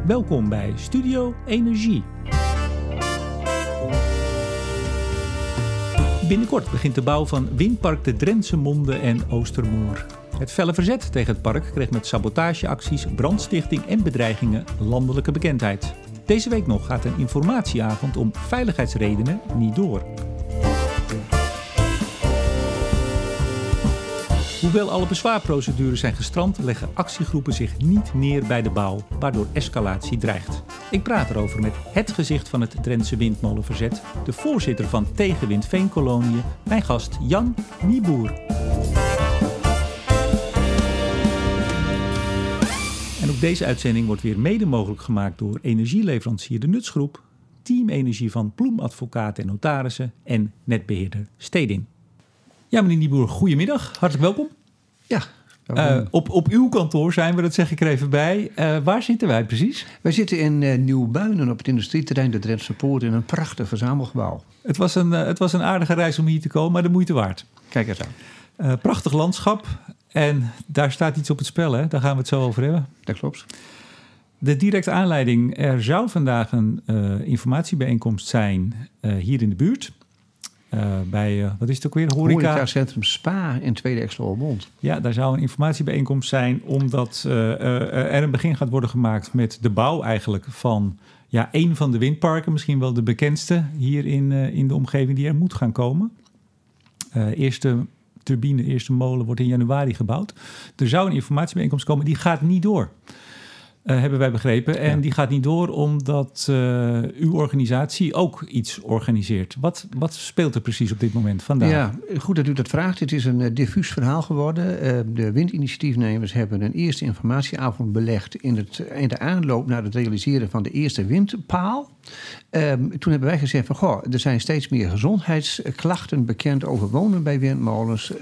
Welkom bij Studio Energie. Binnenkort begint de bouw van windpark de Drentse Monde en Oostermoer. Het felle verzet tegen het park kreeg met sabotageacties, brandstichting en bedreigingen landelijke bekendheid. Deze week nog gaat een informatieavond om veiligheidsredenen niet door. Hoewel alle bezwaarprocedures zijn gestrand, leggen actiegroepen zich niet neer bij de bouw, waardoor escalatie dreigt. Ik praat erover met het gezicht van het Drentse windmolenverzet, de voorzitter van Tegenwind Veenkoloniën, mijn gast Jan Nieboer. En ook deze uitzending wordt weer mede mogelijk gemaakt door energieleverancier De Nutsgroep, Team Energie van Ploem-advocaten en notarissen en netbeheerder Stedin. Ja, meneer Nieboer, goedemiddag. Hartelijk welkom. Ja. Op uw kantoor zijn we, dat zeg ik er even bij. Waar zitten wij precies? Wij zitten in Nieuwbuinen op het industrieterrein de Drentse Poort in een prachtig verzamelgebouw. Het was een aardige reis om hier te komen, maar de moeite waard. Kijk eens aan. Prachtig landschap en daar staat iets op het spel, hè? Daar gaan we het zo over hebben. Dat klopt. De directe aanleiding, er zou vandaag een informatiebijeenkomst zijn hier in de buurt. Bij, wat is het ook weer? Horecacentrum Spa in Tweede Exloërmond. Ja, daar zou een informatiebijeenkomst zijn omdat er een begin gaat worden gemaakt met de bouw eigenlijk van één van de windparken. Misschien wel de bekendste hier in de omgeving die er moet gaan komen. Eerste turbine, eerste molen wordt in januari gebouwd. Er zou een informatiebijeenkomst komen, die gaat niet door. Hebben wij begrepen. En die gaat niet door omdat uw organisatie ook iets organiseert. Wat speelt er precies op dit moment vandaag? Ja, goed dat u dat vraagt. Het is een diffuus verhaal geworden. De windinitiatiefnemers hebben een eerste informatieavond belegd in de aanloop naar het realiseren van de eerste windpaal. Toen hebben wij gezegd van, er zijn steeds meer gezondheidsklachten bekend over wonen bij windmolens.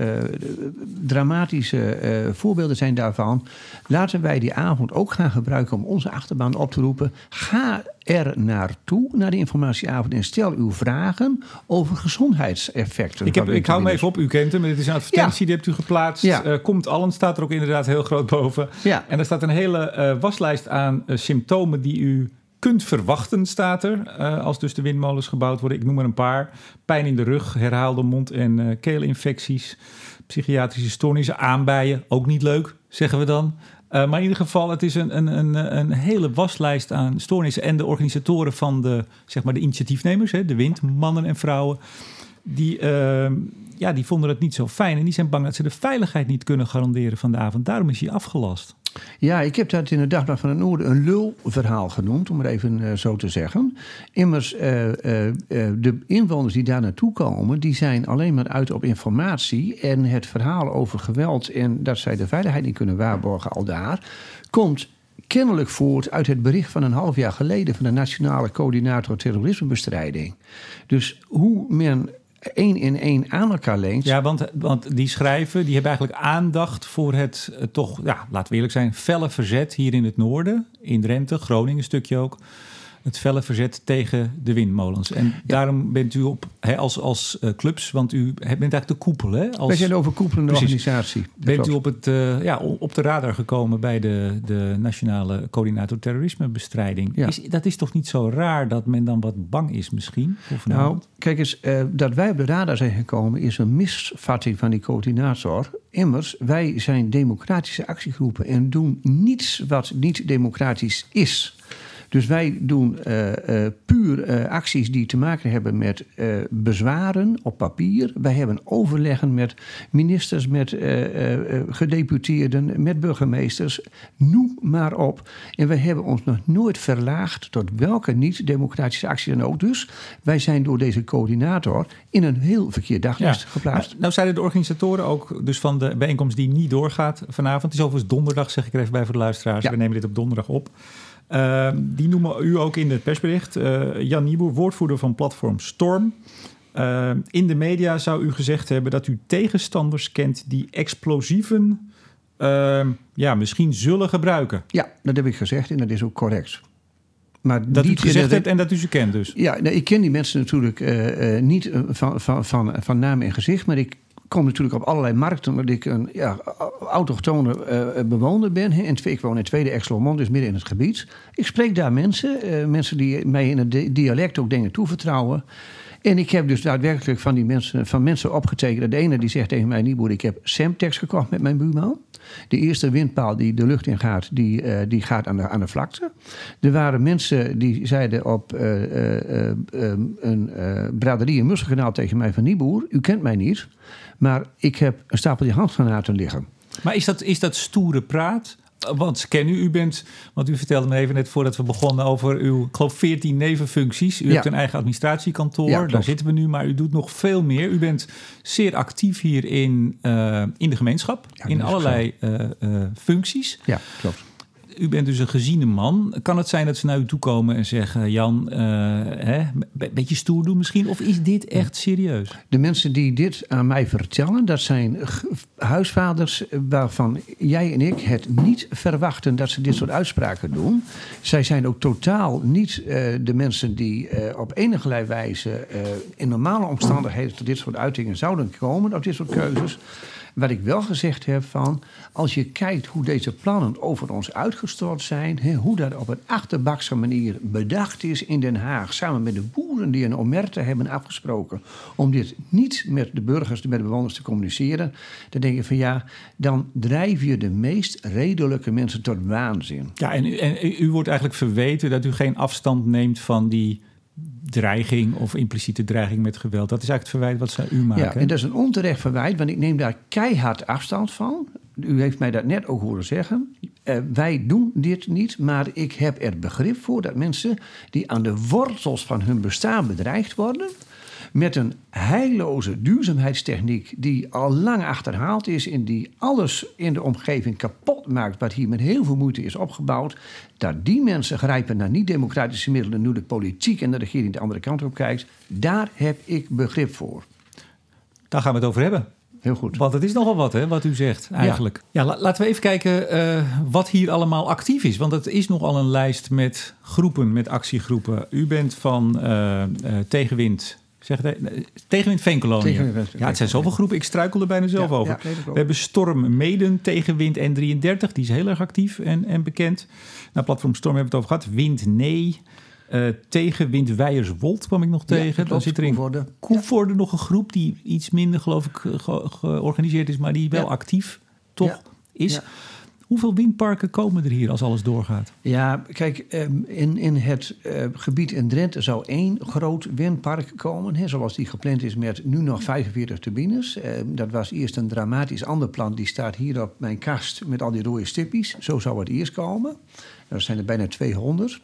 Dramatische voorbeelden zijn daarvan. Laten wij die avond ook gaan gebruiken om onze achterban op te roepen. Ga er naartoe, naar de informatieavond, en stel uw vragen over gezondheidseffecten. Ik hou me even op, u kent hem. Dit is een advertentie, die hebt u geplaatst. Ja. Komt allen, staat er ook inderdaad heel groot boven. Ja. En er staat een hele waslijst aan symptomen die u kunt verwachten, staat er, als dus de windmolens gebouwd worden. Ik noem er een paar. Pijn in de rug, herhaalde mond- en keelinfecties, psychiatrische stoornissen, aanbijen, ook niet leuk, zeggen we dan. Maar in ieder geval, het is een hele waslijst aan stoornissen. En de organisatoren van de initiatiefnemers, de windmannen en vrouwen, die vonden het niet zo fijn. En die zijn bang dat ze de veiligheid niet kunnen garanderen van de avond. Daarom is hij afgelast. Ja, ik heb dat in de Dagblad van het Noorden een lulverhaal genoemd, om maar even zo te zeggen. Immers, de inwoners die daar naartoe komen, die zijn alleen maar uit op informatie. En het verhaal over geweld en dat zij de veiligheid niet kunnen waarborgen al daar, komt kennelijk voort uit het bericht van een half jaar geleden van de Nationale Coördinator Terrorismebestrijding. Dus hoe men 1 in 1 aan elkaar leent. Ja, want die schrijven, die hebben eigenlijk aandacht voor het toch, laten we eerlijk zijn, felle verzet hier in het noorden, in Drenthe, Groningen een stukje ook. Het felle verzet tegen de windmolens. En daarom bent u als clubs, want u bent eigenlijk de koepel. Hè? Wij zijn een overkoepelende organisatie. Bent u op de radar gekomen bij de Nationale Coördinator Terrorismebestrijding. Ja. Dat is toch niet zo raar dat men dan wat bang is misschien? Nou, kijk eens, dat wij op de radar zijn gekomen is een misvatting van die coördinator. Immers, wij zijn democratische actiegroepen en doen niets wat niet democratisch is. Dus wij doen puur acties die te maken hebben met bezwaren op papier. Wij hebben overleggen met ministers, met gedeputeerden, met burgemeesters. Noem maar op. En wij hebben ons nog nooit verlaagd tot welke niet-democratische actie dan ook. Dus wij zijn door deze coördinator in een heel verkeerd daglicht geplaatst. Nou zeiden de organisatoren ook dus van de bijeenkomst die niet doorgaat vanavond. Het is overigens donderdag, zeg ik er even bij voor de luisteraars. Ja. We nemen dit op donderdag op. Die noemen u ook in het persbericht. Jan Nieboer, woordvoerder van platform Storm. In de media zou u gezegd hebben dat u tegenstanders kent die explosieven misschien zullen gebruiken. Ja, dat heb ik gezegd en dat is ook correct. Maar dat u het gezegd hebt en dat u ze kent dus? Ja, ik ken die mensen natuurlijk niet van naam en gezicht, maar ik kom natuurlijk op allerlei markten, omdat ik een autochtone bewoner ben. Hè, ik woon in Tweede Exelmond, dus midden in het gebied. Ik spreek daar mensen die mij in het dialect ook dingen toevertrouwen. En ik heb dus daadwerkelijk van mensen opgetekend. De ene die zegt tegen mij, Nieboer, ik heb Semtex gekocht met mijn buurman. De eerste windpaal die de lucht in gaat, die gaat aan de vlakte. Er waren mensen die zeiden op een braderie in Musselkanaal tegen mij van, Nieboer, u kent mij niet, maar ik heb een stapeltje handgranaten liggen. Maar is dat stoere praat? Want ze kennen u bent, want u vertelde me even net voordat we begonnen over uw, ik geloof 14 nevenfuncties. U hebt een eigen administratiekantoor, daar zitten we nu, maar u doet nog veel meer. U bent zeer actief hier in de gemeenschap, in allerlei functies. Ja, klopt. U bent dus een geziene man. Kan het zijn dat ze naar u toe komen en zeggen, Jan, beetje stoer doen misschien? Of is dit echt serieus? De mensen die dit aan mij vertellen, dat zijn huisvaders waarvan jij en ik het niet verwachten dat ze dit soort uitspraken doen. Zij zijn ook totaal niet de mensen die op enige wijze in normale omstandigheden tot dit soort uitingen zouden komen, op dit soort keuzes. Wat ik wel gezegd heb van, als je kijkt hoe deze plannen over ons uitgestort zijn, hoe dat op een achterbakse manier bedacht is in Den Haag, samen met de boeren die een omerta hebben afgesproken, om dit niet met de burgers, met de bewoners te communiceren, dan denk je van dan drijf je de meest redelijke mensen tot waanzin. Ja, en u wordt eigenlijk verweten dat u geen afstand neemt van die dreiging of impliciete dreiging met geweld. Dat is eigenlijk het verwijt wat ze u maken. Ja, en dat is een onterecht verwijt, want ik neem daar keihard afstand van. U heeft mij dat net ook horen zeggen. Wij doen dit niet, maar ik heb er begrip voor dat mensen die aan de wortels van hun bestaan bedreigd worden, met een heilloze duurzaamheidstechniek die al lang achterhaald is en die alles in de omgeving kapot maakt wat hier met heel veel moeite is opgebouwd, dat die mensen grijpen naar niet-democratische middelen, nu de politiek en de regering de andere kant op kijkt, daar heb ik begrip voor. Daar gaan we het over hebben. Heel goed. Want het is nogal wat, hè, wat u zegt eigenlijk. Ja, laten we even kijken wat hier allemaal actief is. Want het is nogal een lijst met groepen, met actiegroepen. U bent van Tegenwind... Tegenwind Veenkolonie. Ja, het zijn zoveel groepen. Ik struikel er bijna zelf over. We hebben Storm Meden, Tegenwind N33. Die is heel erg actief en bekend. Nou, Platform Storm hebben we het over gehad. Wind Nee. Tegenwind Weijerswold kwam ik nog tegen. Dan zit er in Koevoorde nog een groep die iets minder, geloof ik, georganiseerd is, maar die wel actief toch is. Ja. Hoeveel windparken komen er hier als alles doorgaat? Ja, kijk, in het gebied in Drenthe zou 1 groot windpark komen. Zoals die gepland is met nu nog 45 turbines. Dat was eerst een dramatisch ander plan. Die staat hier op mijn kast met al die rode stippies. Zo zou het eerst komen. Dat zijn er bijna 200.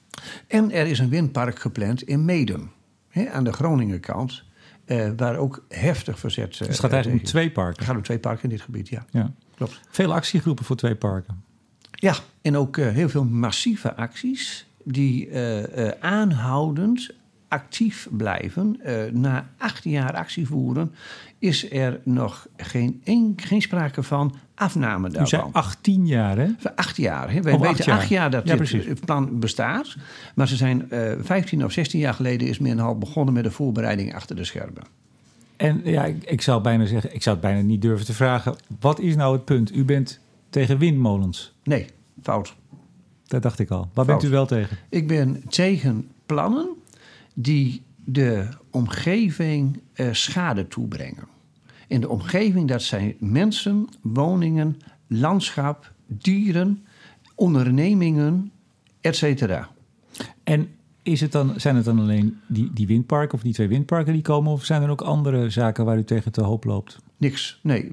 En er is een windpark gepland in Meden. Aan de Groningen kant. Waar ook heftig verzet... Dus het gaat eigenlijk om 2 parken? Het gaat om 2 parken in dit gebied, ja. Klopt. Veel actiegroepen voor 2 parken. Ja, en ook heel veel massieve acties die aanhoudend actief blijven. Na 8 jaar actie voeren is er nog geen sprake van afname daarvan. U zei 18 jaar, hè? 8 jaar. Hè? Wij weten 8 jaar dat dit plan bestaat. Maar ze zijn 15 of 16 jaar geleden is men al begonnen met de voorbereiding achter de schermen. En ja, ik zou bijna zeggen, ik zou het bijna niet durven te vragen. Wat is nou het punt? U bent tegen windmolens. Nee, fout. Dat dacht ik al. Waar bent u wel tegen? Ik ben tegen plannen die de omgeving schade toebrengen. In de omgeving, dat zijn mensen, woningen, landschap, dieren, ondernemingen, et cetera. En zijn het dan alleen die windparken of die 2 windparken die komen? Of zijn er ook andere zaken waar u tegen te hoop loopt? Niks, nee.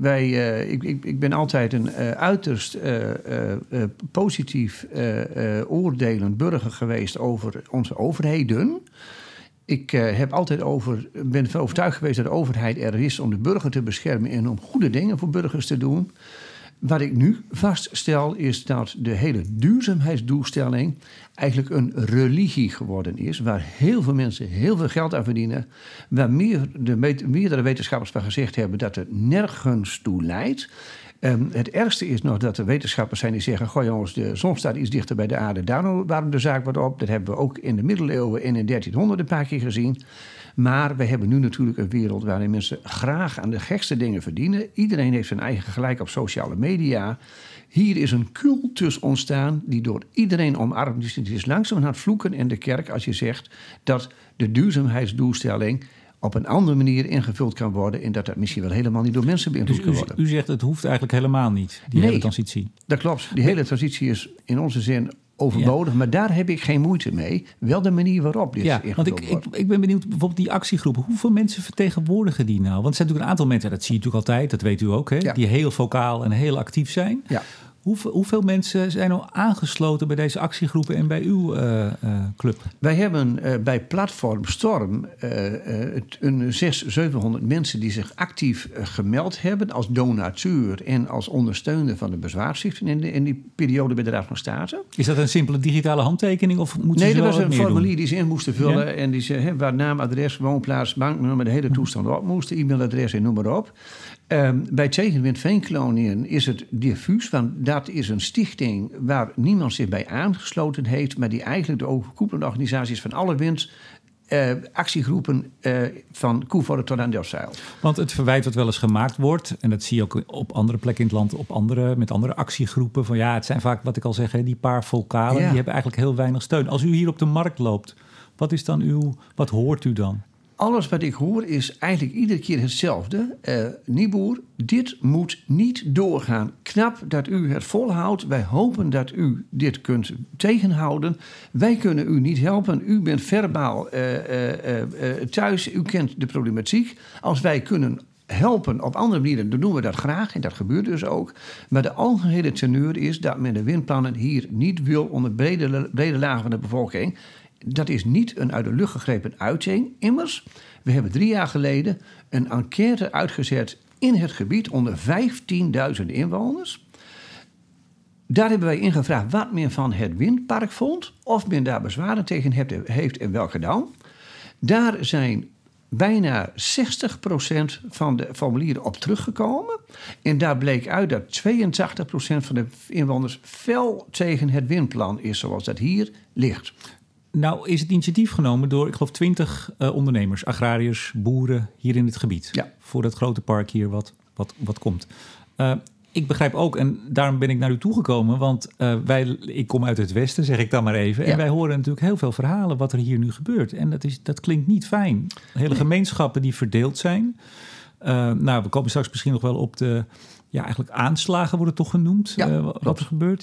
Ik ben altijd een uiterst positief oordelend burger geweest over onze overheden. Ik ben ervan overtuigd geweest dat de overheid er is om de burger te beschermen en om goede dingen voor burgers te doen. Wat ik nu vaststel is dat de hele duurzaamheidsdoelstelling eigenlijk een religie geworden is, waar heel veel mensen heel veel geld aan verdienen, waar meerdere wetenschappers van gezegd hebben dat het nergens toe leidt. Het ergste is nog dat er wetenschappers zijn die zeggen, goh jongens, de zon staat iets dichter bij de aarde, daarom warmt de zaak wat op. Dat hebben we ook in de middeleeuwen en in 1300 een paar keer gezien. Maar we hebben nu natuurlijk een wereld waarin mensen graag aan de gekste dingen verdienen. Iedereen heeft zijn eigen gelijk op sociale media. Hier is een cultus ontstaan die door iedereen omarmd is. Het is langzaam aan het vloeken in de kerk als je zegt dat de duurzaamheidsdoelstelling op een andere manier ingevuld kan worden en dat misschien wel helemaal niet door mensen beïnvloed kan worden. U zegt het hoeft eigenlijk helemaal niet, die hele transitie. Dat klopt. Die hele transitie is in onze zin overbodig, maar daar heb ik geen moeite mee. Wel de manier waarop dit ingevuld wordt. Want ik ben benieuwd, bijvoorbeeld die actiegroepen. Hoeveel mensen vertegenwoordigen die nou? Want er zijn natuurlijk een aantal mensen, dat zie je natuurlijk altijd, dat weet u ook, hè, die heel vocaal en heel actief zijn. Ja. Hoeveel mensen zijn al aangesloten bij deze actiegroepen en bij uw club? Wij hebben bij Platform Storm 600-700 mensen die zich actief gemeld hebben als donateur en als ondersteuner van de Bezwaarstichting in die periode bij de Raad van State. Is dat een simpele digitale handtekening of moeten ze wel wat meer doen? Nee, dat was een formulier die ze in moesten vullen en die ze, waar naam, adres, woonplaats, banknummer, de hele toestand op moesten, e-mailadres en noem maar op. Bij Tegenwind Veenkoloniën is het diffuus, want dat is een stichting waar niemand zich bij aangesloten heeft, maar die eigenlijk de overkoepelende organisatie is van alle actiegroepen van Koevoorde tot aan Delfzijl. Want het verwijt wat wel eens gemaakt wordt, en dat zie je ook op andere plekken in het land, met andere actiegroepen, van het zijn vaak, wat ik al zeg, die paar vocalen, die hebben eigenlijk heel weinig steun. Als u hier op de markt loopt, wat hoort u dan? Alles wat ik hoor is eigenlijk iedere keer hetzelfde. Nieboer, dit moet niet doorgaan. Knap dat u het volhoudt. Wij hopen dat u dit kunt tegenhouden. Wij kunnen u niet helpen. U bent verbaal thuis. U kent de problematiek. Als wij kunnen helpen op andere manieren, dan doen we dat graag. En dat gebeurt dus ook. Maar de algehele teneur is dat men de windplannen hier niet wil onder brede lagen van de bevolking. Dat is niet een uit de lucht gegrepen uiting. Immers, we hebben 3 jaar geleden een enquête uitgezet in het gebied onder 15.000 inwoners. Daar hebben wij ingevraagd wat men van het windpark vond, of men daar bezwaren tegen heeft en welke dan. Daar zijn bijna 60% van de formulieren op teruggekomen. En daar bleek uit dat 82% van de inwoners fel tegen het windplan is zoals dat hier ligt. Nou is het initiatief genomen door, ik geloof, 20 ondernemers, agrariërs, boeren hier in het gebied. Ja. Voor dat grote park hier wat komt. Ik begrijp ook, en daarom ben ik naar u toegekomen, want ik kom uit het Westen, zeg ik dan maar even. Ja. En wij horen natuurlijk heel veel verhalen wat er hier nu gebeurt. En dat klinkt niet fijn. Hele gemeenschappen die verdeeld zijn. We komen straks misschien nog wel op de eigenlijk aanslagen worden toch genoemd. Wat er gebeurt.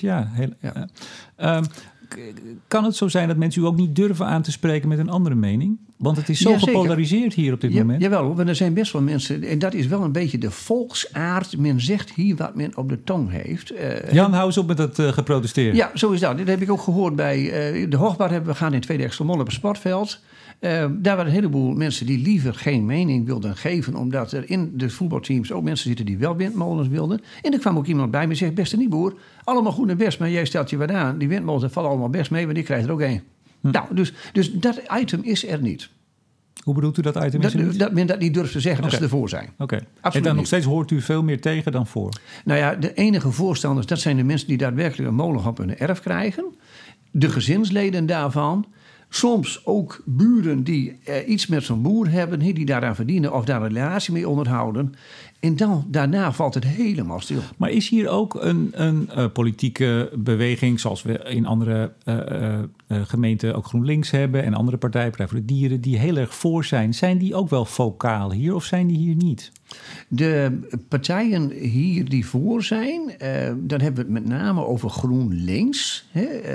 Kan het zo zijn dat mensen u ook niet durven aan te spreken met een andere mening? Want het is zo gepolariseerd hier op dit moment. Jawel, want er zijn best wel mensen, en dat is wel een beetje de volksaard. Men zegt hier wat men op de tong heeft. Jan, hou eens op met dat geprotesteerd. Ja, zo is dat. Dit heb ik ook gehoord bij de Hoogbad. We gaan in Tweede Exelmond op het sportveld. Daar waren een heleboel mensen die liever geen mening wilden geven, omdat er in de voetbalteams ook mensen zitten die wel windmolens wilden. En er kwam ook iemand bij me en zegt: beste Nieboer, allemaal goed en best, maar jij stelt je wat aan. Die windmolens vallen allemaal best mee, want ik krijg er ook één. Nou, dus dat item is er niet. Hoe bedoelt u dat item is er niet? Dat men dat niet durft te zeggen dat ze ervoor zijn. Oké. En dan nog steeds hoort u veel meer tegen dan voor? Nou ja, de enige voorstanders, dat zijn de mensen die daadwerkelijk een molen op hun erf krijgen. De gezinsleden daarvan. Soms ook buren die iets met zo'n boer hebben, die daaraan verdienen of daar een relatie mee onderhouden. En dan, daarna valt het helemaal stil. Maar is hier ook een politieke beweging, zoals we in andere gemeenten ook GroenLinks hebben en andere partijen, Partij voor de Dieren, die heel erg voor zijn? Zijn die ook wel vocaal hier of zijn die hier niet? De partijen hier die voor zijn, dan hebben we het met name over GroenLinks.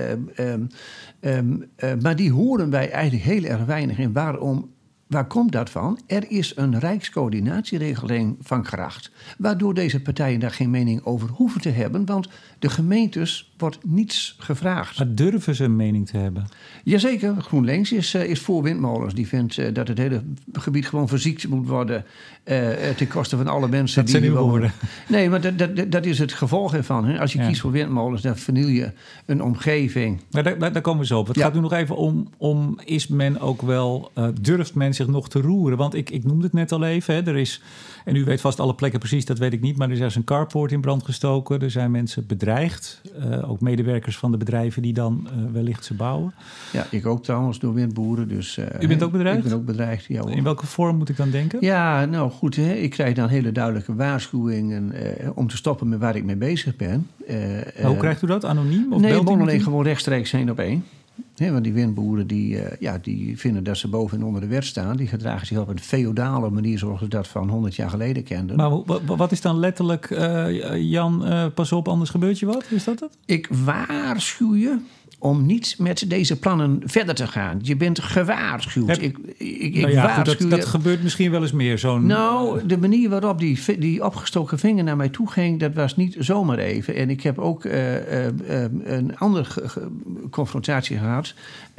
Maar die horen wij eigenlijk heel erg weinig in. Waar komt dat van? Er is een rijkscoördinatieregeling van kracht, waardoor deze partijen daar geen mening over hoeven te hebben, want de gemeentes wordt niets gevraagd. Maar durven ze een mening te hebben? Jazeker, GroenLinks is voor windmolens. Die vindt dat het hele gebied gewoon verziekt moet worden ten koste van alle mensen die hier wonen. Nee, maar dat is het gevolg ervan. Hè? Als je kiest voor windmolens, dan verniel je een omgeving. Maar daar komen we zo op. Het gaat nu nog even om is men ook wel, durft men zich nog te roeren? Want ik noemde het net al even. Hè, er is, en u weet vast alle plekken precies, dat weet ik niet. Maar er is een carport in brand gestoken. Er zijn mensen bedreigd. Ook medewerkers van de bedrijven die dan wellicht ze bouwen. Ja, ik ook trouwens door windboeren. Dus, U bent ook bedreigd? Ik ben ook bedreigd, ja. In welke vorm moet ik dan denken? Ja, nou goed. Hè, ik krijg dan hele duidelijke waarschuwingen om te stoppen met waar ik mee bezig ben. Hoe krijgt u dat? Anoniem? Of nee, belt gewoon u alleen gewoon rechtstreeks 1 op 1. Want die windboeren die vinden dat ze boven en onder de wet staan. Die gedragen zich op een feodale manier zoals we dat van 100 jaar geleden kenden. Maar wat is dan letterlijk, Jan, pas op, anders gebeurt je wat? Is dat het? Ik waarschuw je om niet met deze plannen verder te gaan. Je bent gewaarschuwd. Ik waarschuw goed, dat gebeurt misschien wel eens meer. Nou, de manier waarop die opgestoken vinger naar mij toe ging, dat was niet zomaar even. En ik heb ook een andere confrontatie gehad.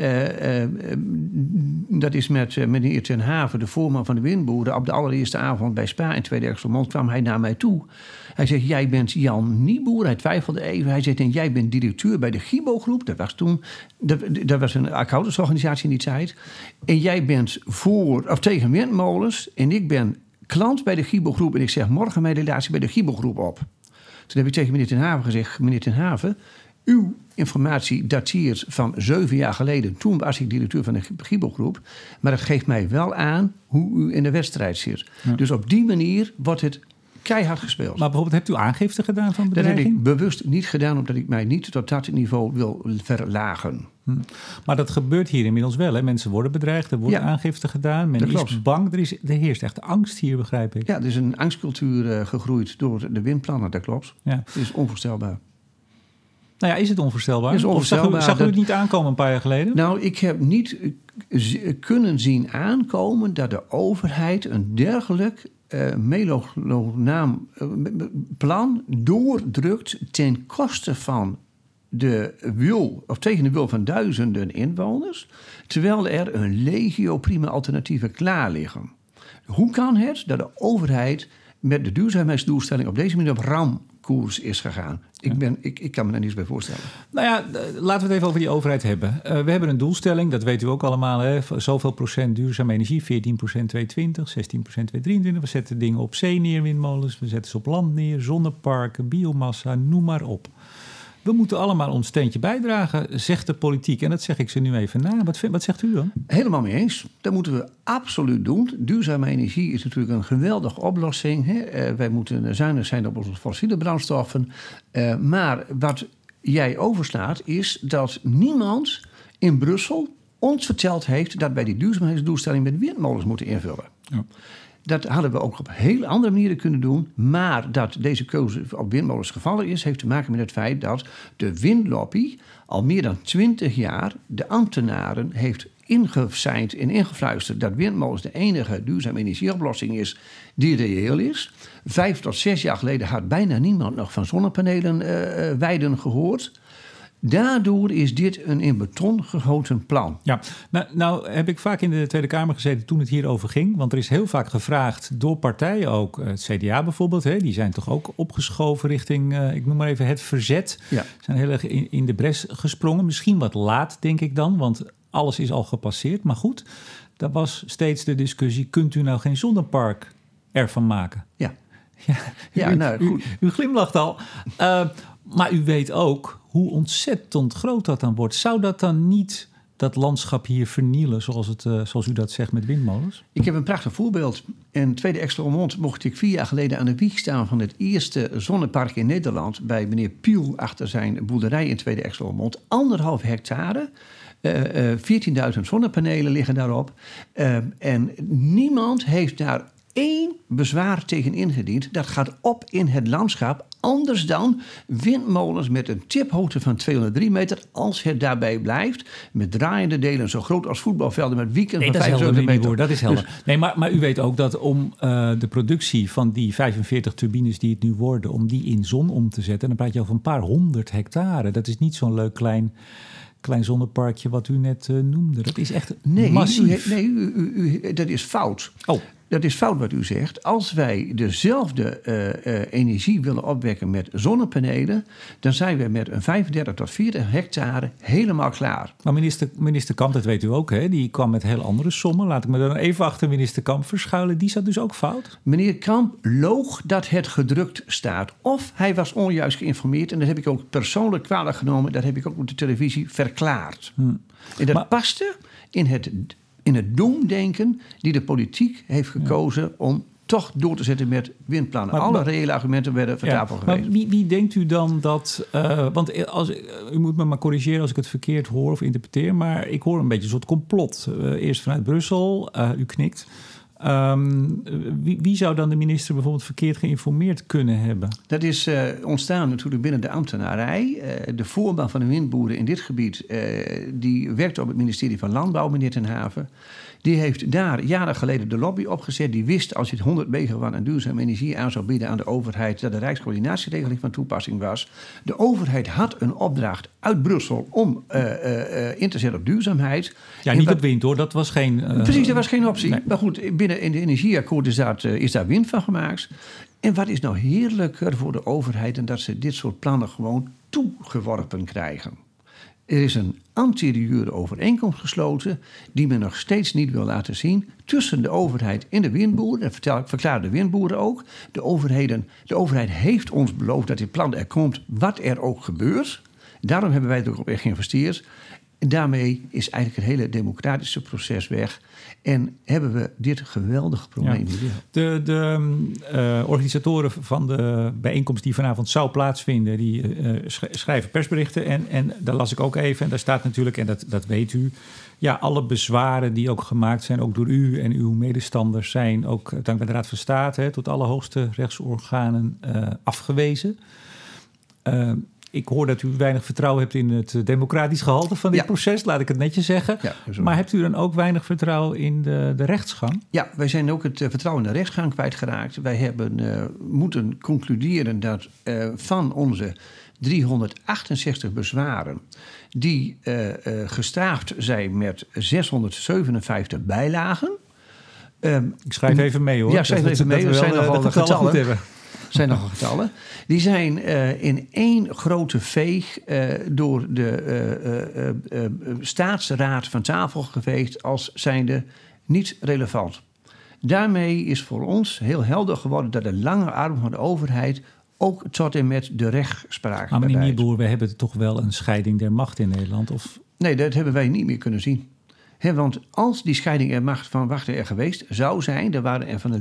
Dat is met meneer Ten Haven, de voorman van de windboeren. Op de allereerste avond bij Spa in Tweede Exelmond kwam hij naar mij toe. Hij zegt, jij bent Jan Nieboer. Hij twijfelde even. Hij zegt, en jij bent directeur bij de Gibo-groep. Dat was een accountantsorganisatie in die tijd. En jij bent tegen windmolens. En ik ben klant bij de Gibo-groep. En ik zeg morgen mijn relatie bij de Gibo-groep op. Toen heb ik tegen meneer Ten Haven gezegd, meneer Ten Haven, uw informatie dateert van 7 jaar geleden. Toen was ik directeur van de Gibo-groep. Maar het geeft mij wel aan hoe u in de wedstrijd zit. Ja. Dus op die manier wordt het keihard gespeeld. Maar bijvoorbeeld, hebt u aangifte gedaan van bedreiging? Dat heb ik bewust niet gedaan, omdat ik mij niet tot dat niveau wil verlagen. Maar dat gebeurt hier inmiddels wel. Hè? Mensen worden bedreigd, er worden aangifte gedaan. Men is bang, er heerst echt angst hier, begrijp ik. Ja, er is een angstcultuur gegroeid door de windplannen, dat klopt. Ja. Het is onvoorstelbaar. Nou ja, is het onvoorstelbaar? Of zag u het niet aankomen een paar jaar geleden? Nou, ik heb niet kunnen zien aankomen dat de overheid een dergelijk melodraam plan doordrukt ten koste van tegen de wil van duizenden inwoners, terwijl er een legio prima alternatieven klaar liggen. Hoe kan het dat de overheid met de duurzaamheidsdoelstelling op deze manier op ramkoers is gegaan? Ik kan me daar niets bij voorstellen. Nou ja, laten we het even over die overheid hebben. We hebben een doelstelling, dat weet u ook allemaal. Hè? Zoveel procent duurzame energie, 14% 2020, 16% 2023. We zetten dingen op zee neer, windmolens. We zetten ze op land neer, zonneparken, biomassa, noem maar op. We moeten allemaal ons steentje bijdragen, zegt de politiek. En dat zeg ik ze nu even na. Wat zegt u dan? Helemaal mee eens. Dat moeten we absoluut doen. Duurzame energie is natuurlijk een geweldige oplossing. Hè? Wij moeten zuinig zijn op onze fossiele brandstoffen. Maar wat jij overslaat is dat niemand in Brussel ons verteld heeft dat wij die duurzaamheidsdoelstelling met windmolens moeten invullen. Ja. Dat hadden we ook op heel andere manieren kunnen doen. Maar dat deze keuze op windmolens gevallen is, heeft te maken met het feit dat de windlobby al meer dan 20 jaar de ambtenaren heeft ingezeind en ingefluisterd dat windmolens de enige duurzame energieoplossing is die reëel is. 5 tot 6 jaar geleden had bijna niemand nog van zonnepanelen weiden gehoord. Daardoor is dit een in beton gegoten plan. Ja, nou heb ik vaak in de Tweede Kamer gezeten toen het hierover ging. Want er is heel vaak gevraagd door partijen, ook het CDA bijvoorbeeld. Hè, die zijn toch ook opgeschoven richting, ik noem maar even het verzet. Ja. Zijn heel erg in de bres gesprongen. Misschien wat laat, denk ik dan, want alles is al gepasseerd. Maar goed, dat was steeds de discussie. Kunt u nou geen zonnepark ervan maken? Ja, goed. U glimlacht al. Maar u weet ook hoe ontzettend groot dat dan wordt. Zou dat dan niet dat landschap hier vernielen, zoals u dat zegt met windmolens? Ik heb een prachtig voorbeeld. In Tweede Exelmond mocht ik 4 jaar geleden aan de wieg staan van het eerste zonnepark in Nederland bij meneer Piel achter zijn boerderij in Tweede Exelmond. 1,5 hectare. 14.000 zonnepanelen liggen daarop. En niemand heeft daar 1 bezwaar tegen ingediend. Dat gaat op in het landschap. Anders dan windmolens met een tiphoogte van 203 meter... als het daarbij blijft. Met draaiende delen zo groot als voetbalvelden... met wieken van 75 meter. Dat is helder. Dus, nee, maar u weet ook dat om de productie van die 45 turbines die het nu worden... om die in zon om te zetten... dan praat je over een paar 100 hectare. Dat is niet zo'n leuk klein zonneparkje wat u net noemde. Dat is echt massief. Nee, dat is fout. Oh. dat is fout wat u zegt. Als wij dezelfde energie willen opwekken met zonnepanelen, dan zijn we met een 35 tot 40 hectare helemaal klaar. Maar minister Kamp, dat weet u ook, hè? Die kwam met heel andere sommen. Laat ik me dan even achter minister Kamp verschuilen. Die zat dus ook fout? Meneer Kamp loog dat het gedrukt staat. Of hij was onjuist geïnformeerd. En dat heb ik ook persoonlijk kwalijk genomen. Dat heb ik ook op de televisie verklaard. En dat paste in het doemdenken die de politiek heeft gekozen om toch door te zetten met windplannen. Alle reële argumenten werden van tafel gewezen. Maar wie denkt u dan dat... want u moet me maar corrigeren als ik het verkeerd hoor of interpreteer, maar ik hoor een beetje een soort complot. Eerst vanuit Brussel, u knikt. Wie zou dan de minister bijvoorbeeld verkeerd geïnformeerd kunnen hebben? Dat is ontstaan natuurlijk binnen de ambtenarij. De voorman van de windboeren in dit gebied, die werkte op het ministerie van Landbouw, meneer Ten Haven. Die heeft daar jaren geleden de lobby opgezet. Die wist als je het 100 megawatt aan duurzame energie aan zou bieden aan de overheid, dat de Rijkscoördinatieregeling van toepassing was. De overheid had een opdracht uit Brussel om in te zetten op duurzaamheid. Ja, niet op wind hoor, dat was geen... Precies, dat was geen optie. Nee. Maar goed, binnen in de energieakkoord is daar wind van gemaakt. En wat is nou heerlijker voor de overheid dan dat ze dit soort plannen gewoon toegeworpen krijgen? Er is een anterieure overeenkomst gesloten die men nog steeds niet wil laten zien tussen de overheid en de windboeren. Dat verklaren de windboeren ook. De overheid heeft ons beloofd dat dit plan er komt, wat er ook gebeurt. Daarom hebben wij er ook op geïnvesteerd. En daarmee is eigenlijk het hele democratische proces weg. En hebben we dit geweldige probleem weer. De organisatoren van de bijeenkomst die vanavond zou plaatsvinden, die schrijven persberichten. En daar las ik ook even. En daar staat natuurlijk, en dat weet u, ja, alle bezwaren die ook gemaakt zijn, ook door u en uw medestanders, zijn ook dankzij de Raad van State tot alle hoogste rechtsorganen afgewezen. Ik hoor dat u weinig vertrouwen hebt in het democratisch gehalte van dit proces, laat ik het netjes zeggen. Ja, maar hebt u dan ook weinig vertrouwen in de rechtsgang? Ja, wij zijn ook het vertrouwen in de rechtsgang kwijtgeraakt. Wij hebben moeten concluderen dat van onze 368 bezwaren, die gestaafd zijn met 657 bijlagen. Ik schrijf even mee hoor. Ja, schrijf even mee. Dat zijn nogal getallen. Zijn nogal getallen. Die zijn in één grote veeg door de staatsraad van tafel geveegd als zijnde niet relevant. Daarmee is voor ons heel helder geworden dat de lange arm van de overheid ook tot en met de rechtspraak. Maar meneer Nierboer, we hebben toch wel een scheiding der macht in Nederland? Of? Nee, dat hebben wij niet meer kunnen zien. Want als die scheiding der macht van wachten er geweest zou zijn, dan waren er van de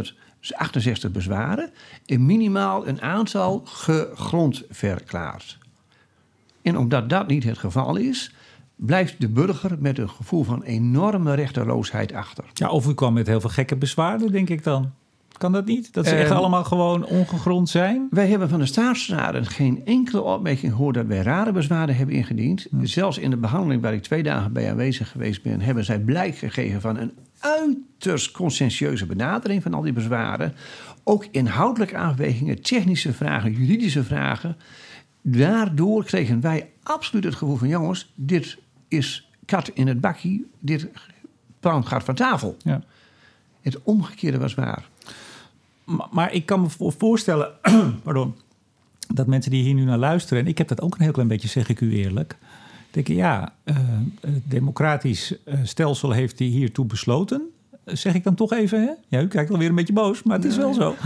368 bezwaren minimaal een aantal gegrond verklaard. En omdat dat niet het geval is, blijft de burger met een gevoel van enorme rechteloosheid achter. Ja, of u kwam met heel veel gekke bezwaren, denk ik dan. Kan dat niet? Dat ze echt allemaal gewoon ongegrond zijn? Wij hebben van de staatsraden geen enkele opmerking gehoord dat wij rare bezwaren hebben ingediend. Zelfs in de behandeling waar ik 2 dagen bij aanwezig geweest ben, hebben zij blijk gegeven van een uiterst conscientieuze benadering van al die bezwaren. Ook inhoudelijke afwegingen, technische vragen, juridische vragen. Daardoor kregen wij absoluut het gevoel van jongens, dit is kat in het bakkie, dit plan gaat van tafel. Ja. Het omgekeerde was waar. Maar ik kan me voorstellen pardon, dat mensen die hier nu naar luisteren, en ik heb dat ook een heel klein beetje, zeg ik u eerlijk, denken het democratisch stelsel heeft die hiertoe besloten. Zeg ik dan toch even, hè? Ja, u kijkt alweer een beetje boos, maar het is wel zo.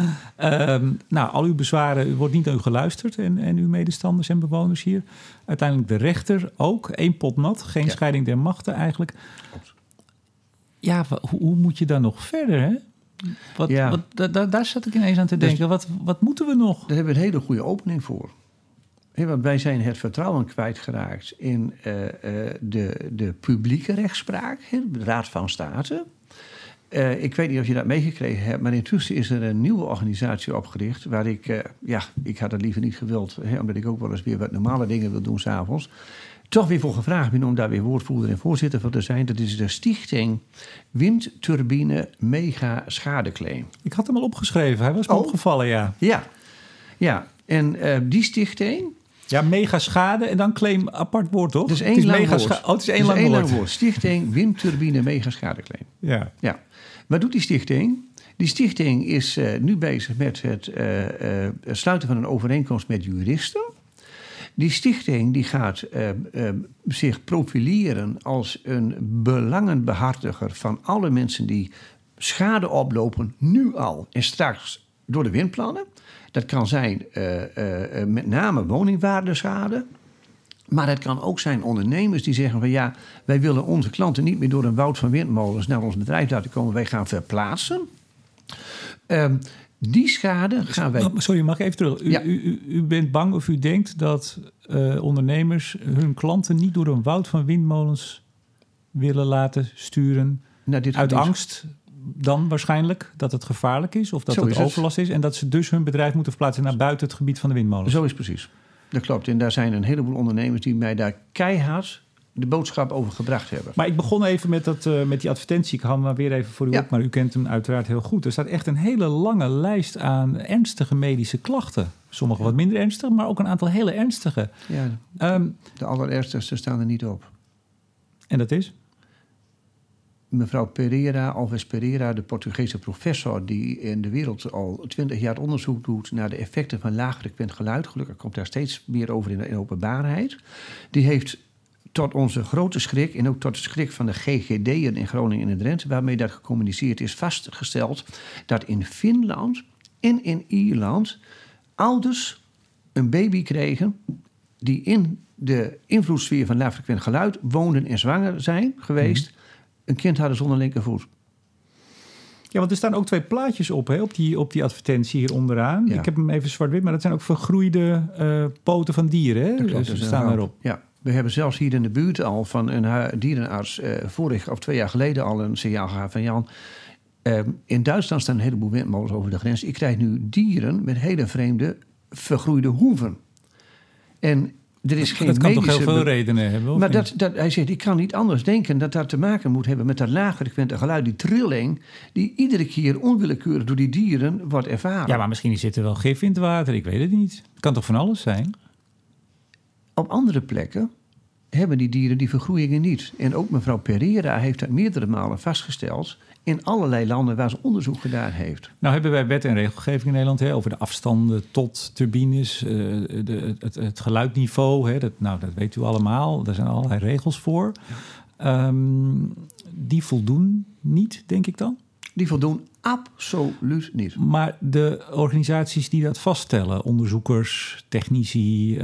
Al uw bezwaren, u wordt niet naar u geluisterd en uw medestanders en bewoners hier. Uiteindelijk de rechter ook, 1 pot nat, geen scheiding der machten eigenlijk. Ja, hoe moet je dan nog verder, hè? Daar zat ik ineens aan te denken. Wat moeten we nog? Daar hebben we een hele goede opening voor. Want wij zijn het vertrouwen kwijtgeraakt in de publieke rechtspraak, de Raad van State. Ik weet niet of je dat meegekregen hebt, maar intussen is er een nieuwe organisatie opgericht waar ik had het liever niet gewild, omdat ik ook wel eens weer wat normale dingen wil doen 's avonds. Toch weer voor gevraagd ben om daar weer woordvoerder en voorzitter van te zijn. Dat is de Stichting Windturbine Mega Schadeclaim. Ik had hem al opgeschreven, hij was me opgevallen, Ja. En die stichting... Ja, mega schade en dan claim apart woord, toch? Het is één lang woord. Het is één lang woord. Stichting Windturbine Mega Schadeclaim. Ja. Wat doet die stichting? Die stichting is nu bezig met het sluiten van een overeenkomst met juristen. Die stichting die gaat zich profileren als een belangenbehartiger van alle mensen die schade oplopen, nu al en straks door de windplannen. Dat kan zijn met name woningwaardeschade. Maar het kan ook zijn ondernemers die zeggen van ja, wij willen onze klanten niet meer door een woud van windmolens naar ons bedrijf laten komen. Wij gaan verplaatsen. Die schade gaan wij... Sorry, mag ik even terug? U bent bang of u denkt dat ondernemers hun klanten niet door een woud van windmolens willen laten sturen uit angst dan waarschijnlijk dat het gevaarlijk is of dat het overlast is en dat ze dus hun bedrijf moeten verplaatsen naar buiten het gebied van de windmolens. Zo is het precies. Dat klopt. En daar zijn een heleboel ondernemers die mij daar keihard de boodschap over gebracht hebben. Maar ik begon even met die advertentie. Ik hou hem maar weer even voor u op, maar u kent hem uiteraard heel goed. Er staat echt een hele lange lijst aan ernstige medische klachten. Sommige wat minder ernstig, maar ook een aantal hele ernstige. Ja, de allerernstigste staan er niet op. En dat is? Mevrouw Alves Pereira, de Portugese professor die in de wereld al 20 jaar onderzoek doet naar de effecten van laagfrequent geluid. Gelukkig komt daar steeds meer over in de openbaarheid. Die heeft tot onze grote schrik en ook tot de schrik van de GGD'en in Groningen en in Drenthe, waarmee dat gecommuniceerd is, vastgesteld dat in Finland en in Ierland ouders een baby kregen die in de invloedssfeer van laagfrequent geluid woonden en zwanger zijn geweest. Een kind hadden zonder linkervoet. Ja, want er staan ook 2 plaatjes op, hè, op die advertentie hier onderaan. Ja. Ik heb hem even zwart-wit, maar dat zijn ook vergroeide poten van dieren. Hè? Klopt, dus staan erop. Ja, we hebben zelfs hier in de buurt al van een dierenarts 2 jaar geleden al een signaal gehad van Jan. In Duitsland staan een heleboel windmolens over de grens. Ik krijg nu dieren met hele vreemde vergroeide hoeven. En er is geen dat kan medische... toch heel veel redenen hebben? Maar hij zegt, ik kan niet anders denken dat dat te maken moet hebben met dat laagfrequente geluid, die trilling, die iedere keer onwillekeurig door die dieren wordt ervaren. Ja, maar misschien zit er wel gif in het water, ik weet het niet. Het kan toch van alles zijn? Op andere plekken hebben die dieren die vergroeien niet. En ook mevrouw Pereira heeft dat meerdere malen vastgesteld in allerlei landen waar ze onderzoek gedaan heeft. Nou hebben wij wet en regelgeving in Nederland over de afstanden tot turbines, het geluidniveau. Hè, dat weet u allemaal. Daar zijn allerlei regels voor. Ja. Die voldoen niet, denk ik dan? Die voldoen absoluut niet. Maar de organisaties die dat vaststellen, onderzoekers, technici,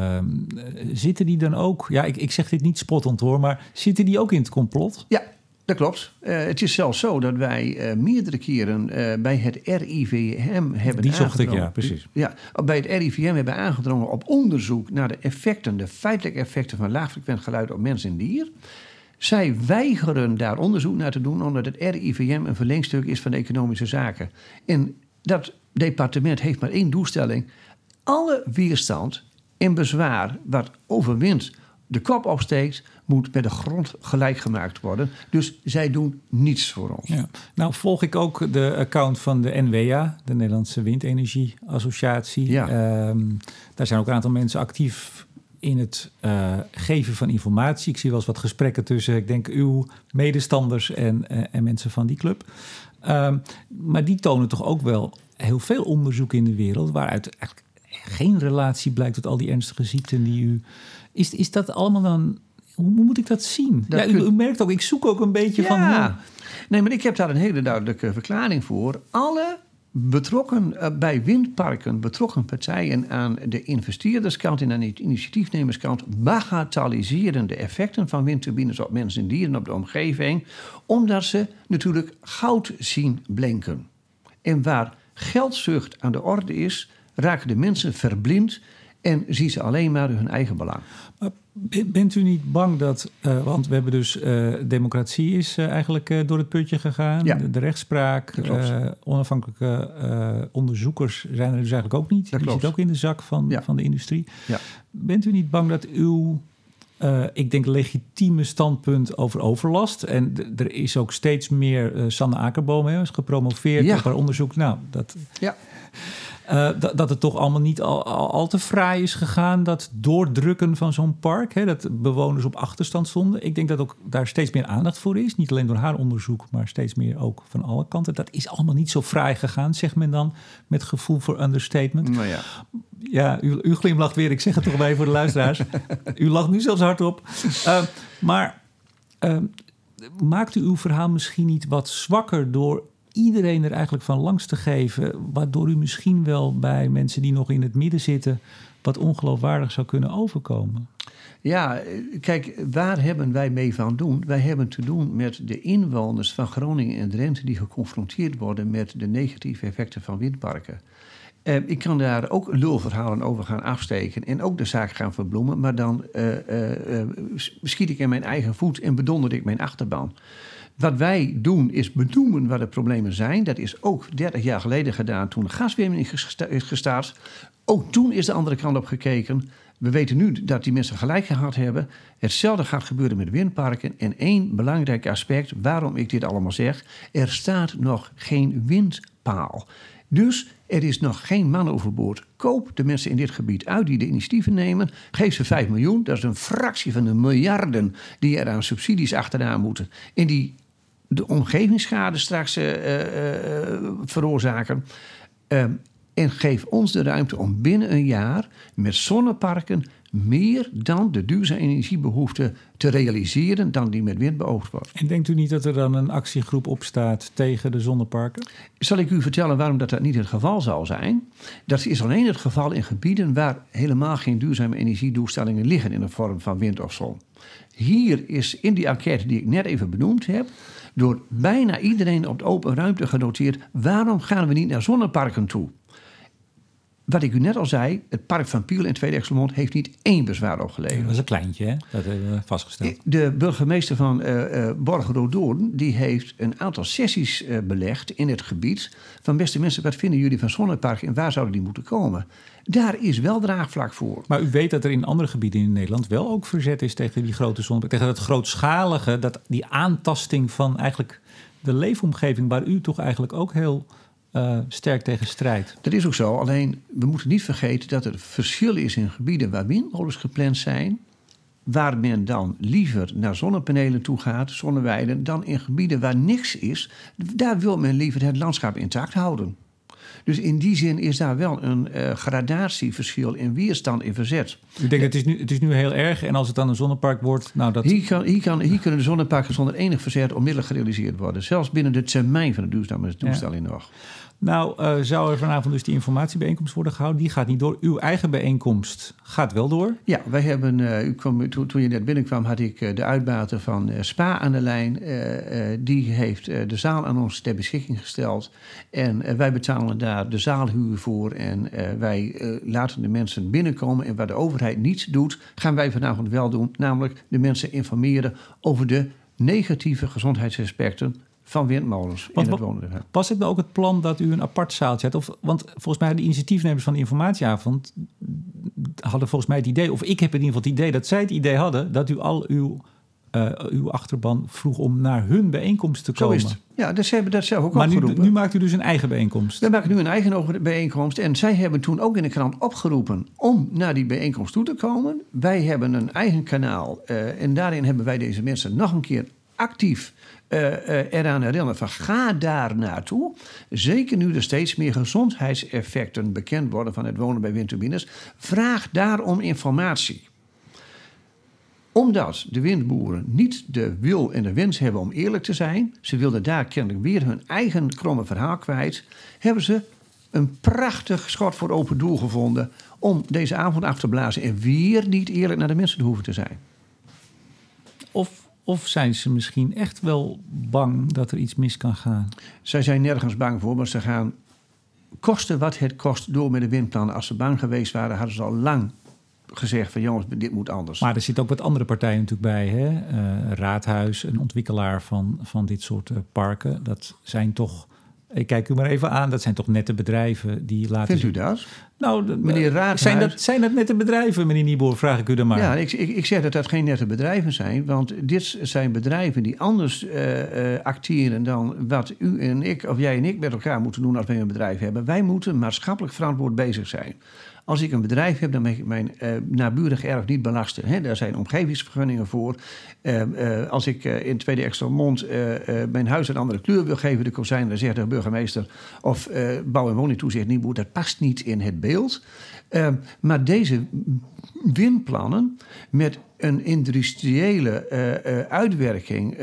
zitten die dan ook... Ja, ik zeg dit niet spottend hoor, maar zitten die ook in het complot? Ja, dat klopt. Het is zelfs zo dat wij meerdere keren bij het RIVM hebben Die zocht ik, ja, precies. Ja, bij het RIVM hebben aangedrongen op onderzoek naar de effecten, de feitelijke effecten van laagfrequent geluid op mens en dier. Zij weigeren daar onderzoek naar te doen, omdat het RIVM een verlengstuk is van de economische zaken. En dat departement heeft maar 1 doelstelling. Alle weerstand en bezwaar wat overwint de kop opsteekt, moet met de grond gelijk gemaakt worden. Dus zij doen niets voor ons. Ja. Nou volg ik ook de account van de NWA, de Nederlandse Windenergieassociatie. Ja. Daar zijn ook een aantal mensen actief in het geven van informatie. Ik zie wel eens wat gesprekken tussen, ik denk, uw medestanders en mensen van die club. Maar die tonen toch ook wel heel veel onderzoek in de wereld, waaruit eigenlijk geen relatie blijkt tot al die ernstige ziekten die u... Is dat allemaal dan... Hoe moet ik dat zien? U merkt ook, ik zoek ook een beetje van... Nee, maar ik heb daar een hele duidelijke verklaring voor. Alle betrokken bij windparken, betrokken partijen aan de investeerderskant en aan de initiatiefnemerskant bagatelliseren de effecten van windturbines op mensen en dieren op de omgeving, omdat ze natuurlijk goud zien blinken. En waar geldzucht aan de orde is, raken de mensen verblind en zien ze alleen maar hun eigen belang. Maar bent u niet bang dat... want we hebben dus... democratie is eigenlijk door het putje gegaan. Ja. De rechtspraak. Onafhankelijke onderzoekers zijn er dus eigenlijk ook niet. Die zit ook in de zak van de industrie. Ja. Bent u niet bang dat uw... ik denk legitieme standpunt over overlast... en er is ook steeds meer... Sanne Akerboom is gepromoveerd op haar onderzoek. Nou, dat... Ja. Dat het toch allemaal niet al te fraai is gegaan. Dat doordrukken van zo'n park. Hè, dat bewoners op achterstand stonden. Ik denk dat ook daar steeds meer aandacht voor is. Niet alleen door haar onderzoek, maar steeds meer ook van alle kanten. Dat is allemaal niet zo fraai gegaan, zegt men dan. Met gevoel voor understatement. Nou ja. Ja, u glimlacht weer. Ik zeg het toch bij voor de luisteraars. U lacht nu zelfs hardop. Maar maakt u uw verhaal misschien niet wat zwakker door iedereen er eigenlijk van langs te geven, waardoor u misschien wel bij mensen die nog in het midden zitten wat ongeloofwaardig zou kunnen overkomen? Ja, kijk, waar hebben wij mee van doen? Wij hebben te doen met de inwoners van Groningen en Drenthe die geconfronteerd worden met de negatieve effecten van windparken. Ik kan daar ook lulverhalen over gaan afsteken en ook de zaak gaan verbloemen, maar dan schiet ik in mijn eigen voet en bedonder ik mijn achterban. Wat wij doen is benoemen wat de problemen zijn. Dat is ook 30 jaar geleden gedaan toen de gaswinning is gestart. Ook toen is de andere kant op gekeken. We weten nu dat die mensen gelijk gehad hebben. Hetzelfde gaat gebeuren met windparken. En één belangrijk aspect waarom ik dit allemaal zeg. Er staat nog geen windpaal. Dus er is nog geen man overboord. Koop de mensen in dit gebied uit die de initiatieven nemen. Geef ze 5 miljoen. Dat is een fractie van de miljarden die er aan subsidies achteraan moeten. En die de omgevingsschade straks veroorzaken. En geef ons de ruimte om binnen een jaar met zonneparken meer dan de duurzame energiebehoefte te realiseren dan die met wind beoogd wordt. En denkt u niet dat er dan een actiegroep opstaat tegen de zonneparken? Zal ik u vertellen waarom dat niet het geval zal zijn? Dat is alleen het geval in gebieden waar helemaal geen duurzame energiedoelstellingen liggen in de vorm van wind of zon. Hier is in die enquête die ik net even benoemd heb, door bijna iedereen op de open ruimte genoteerd, waarom gaan we niet naar zonneparken toe? Wat ik u net al zei, het park van Piel in Tweede Exelmond heeft niet één bezwaar opgeleverd. Dat is een kleintje, hè? Dat hebben we vastgesteld. De burgemeester van Borgeroodoorn die heeft een aantal sessies belegd in het gebied. Van beste mensen, wat vinden jullie van zonneparken en waar zouden die moeten komen? Daar is wel draagvlak voor. Maar u weet dat er in andere gebieden in Nederland wel ook verzet is tegen die grote zonneparken. Tegen dat grootschalige, die aantasting van eigenlijk de leefomgeving waar u toch eigenlijk ook heel sterk tegen strijdt. Dat is ook zo, alleen we moeten niet vergeten dat er verschil is in gebieden waar windmolens gepland zijn, waar men dan liever naar zonnepanelen toe gaat, zonneweiden, dan in gebieden waar niks is. Daar wil men liever het landschap intact houden. Dus in die zin is daar wel een gradatieverschil in weerstand in verzet. U denkt, het is nu heel erg en als het dan een zonnepark wordt... Nou dat... Hier kunnen de zonneparken zonder enig verzet onmiddellijk gerealiseerd worden. Zelfs binnen de termijn van de duurzame doelstelling nog. Nou, zou er vanavond dus die informatiebijeenkomst worden gehouden? Die gaat niet door. Uw eigen bijeenkomst gaat wel door? Ja, wij hebben, toen je net binnenkwam had ik de uitbater van Spa aan de lijn. Die heeft de zaal aan ons ter beschikking gesteld. En wij betalen daar de zaalhuur voor. En wij laten de mensen binnenkomen. En waar de overheid niets doet, gaan wij vanavond wel doen. Namelijk de mensen informeren over de negatieve gezondheidsaspecten van windmolens in het wonen. Was het nou ook het plan dat u een apart zaaltje had? Want volgens mij de initiatiefnemers van de informatieavond hadden volgens mij het idee, of ik heb in ieder geval het idee dat zij het idee hadden dat u al uw achterban vroeg om naar hun bijeenkomst te komen. Zo is het. Ja, dus ze hebben dat zelf ook maar opgeroepen. Nu maakt u dus een eigen bijeenkomst. We maken nu een eigen bijeenkomst. En zij hebben toen ook in de krant opgeroepen om naar die bijeenkomst toe te komen. Wij hebben een eigen kanaal. En daarin hebben wij deze mensen nog een keer actief eraan herinneren van ga daar naartoe. Zeker nu er steeds meer gezondheidseffecten bekend worden van het wonen bij windturbines. Vraag daarom informatie. Omdat de windboeren niet de wil en de wens hebben om eerlijk te zijn, ze wilden daar kennelijk weer hun eigen kromme verhaal kwijt, hebben ze een prachtig schot voor open doel gevonden om deze avond af te blazen en weer niet eerlijk naar de mensen te hoeven te zijn. Of zijn ze misschien echt wel bang dat er iets mis kan gaan? Zij zijn nergens bang voor, maar ze gaan kosten wat het kost door met de windplannen. Als ze bang geweest waren, hadden ze al lang gezegd van jongens, dit moet anders. Maar er zitten ook wat andere partijen natuurlijk bij. Hè? Raadhuis, een ontwikkelaar van dit soort parken. Dat zijn toch Ik kijk u maar even aan. Dat zijn toch nette bedrijven die laten... Vindt u dat? Nou, Meneer Raadhuis... zijn dat nette bedrijven, meneer Nieboer? Vraag ik u dan maar. Ja, ik zeg dat dat geen nette bedrijven zijn. Want dit zijn bedrijven die anders acteren dan wat u en ik, of jij en ik met elkaar moeten doen als wij een bedrijf hebben. Wij moeten maatschappelijk verantwoord bezig zijn. Als ik een bedrijf heb, dan mag ik mijn naburig erf niet belasten. Hè? Daar zijn omgevingsvergunningen voor. Als ik in Tweede Excelmond mijn huis een andere kleur wil geven, de kozijnen, dan zegt de burgemeester of bouw- en woningtoezicht Nieboer, dat past niet in het beeld. Maar deze windplannen met een industriële uitwerking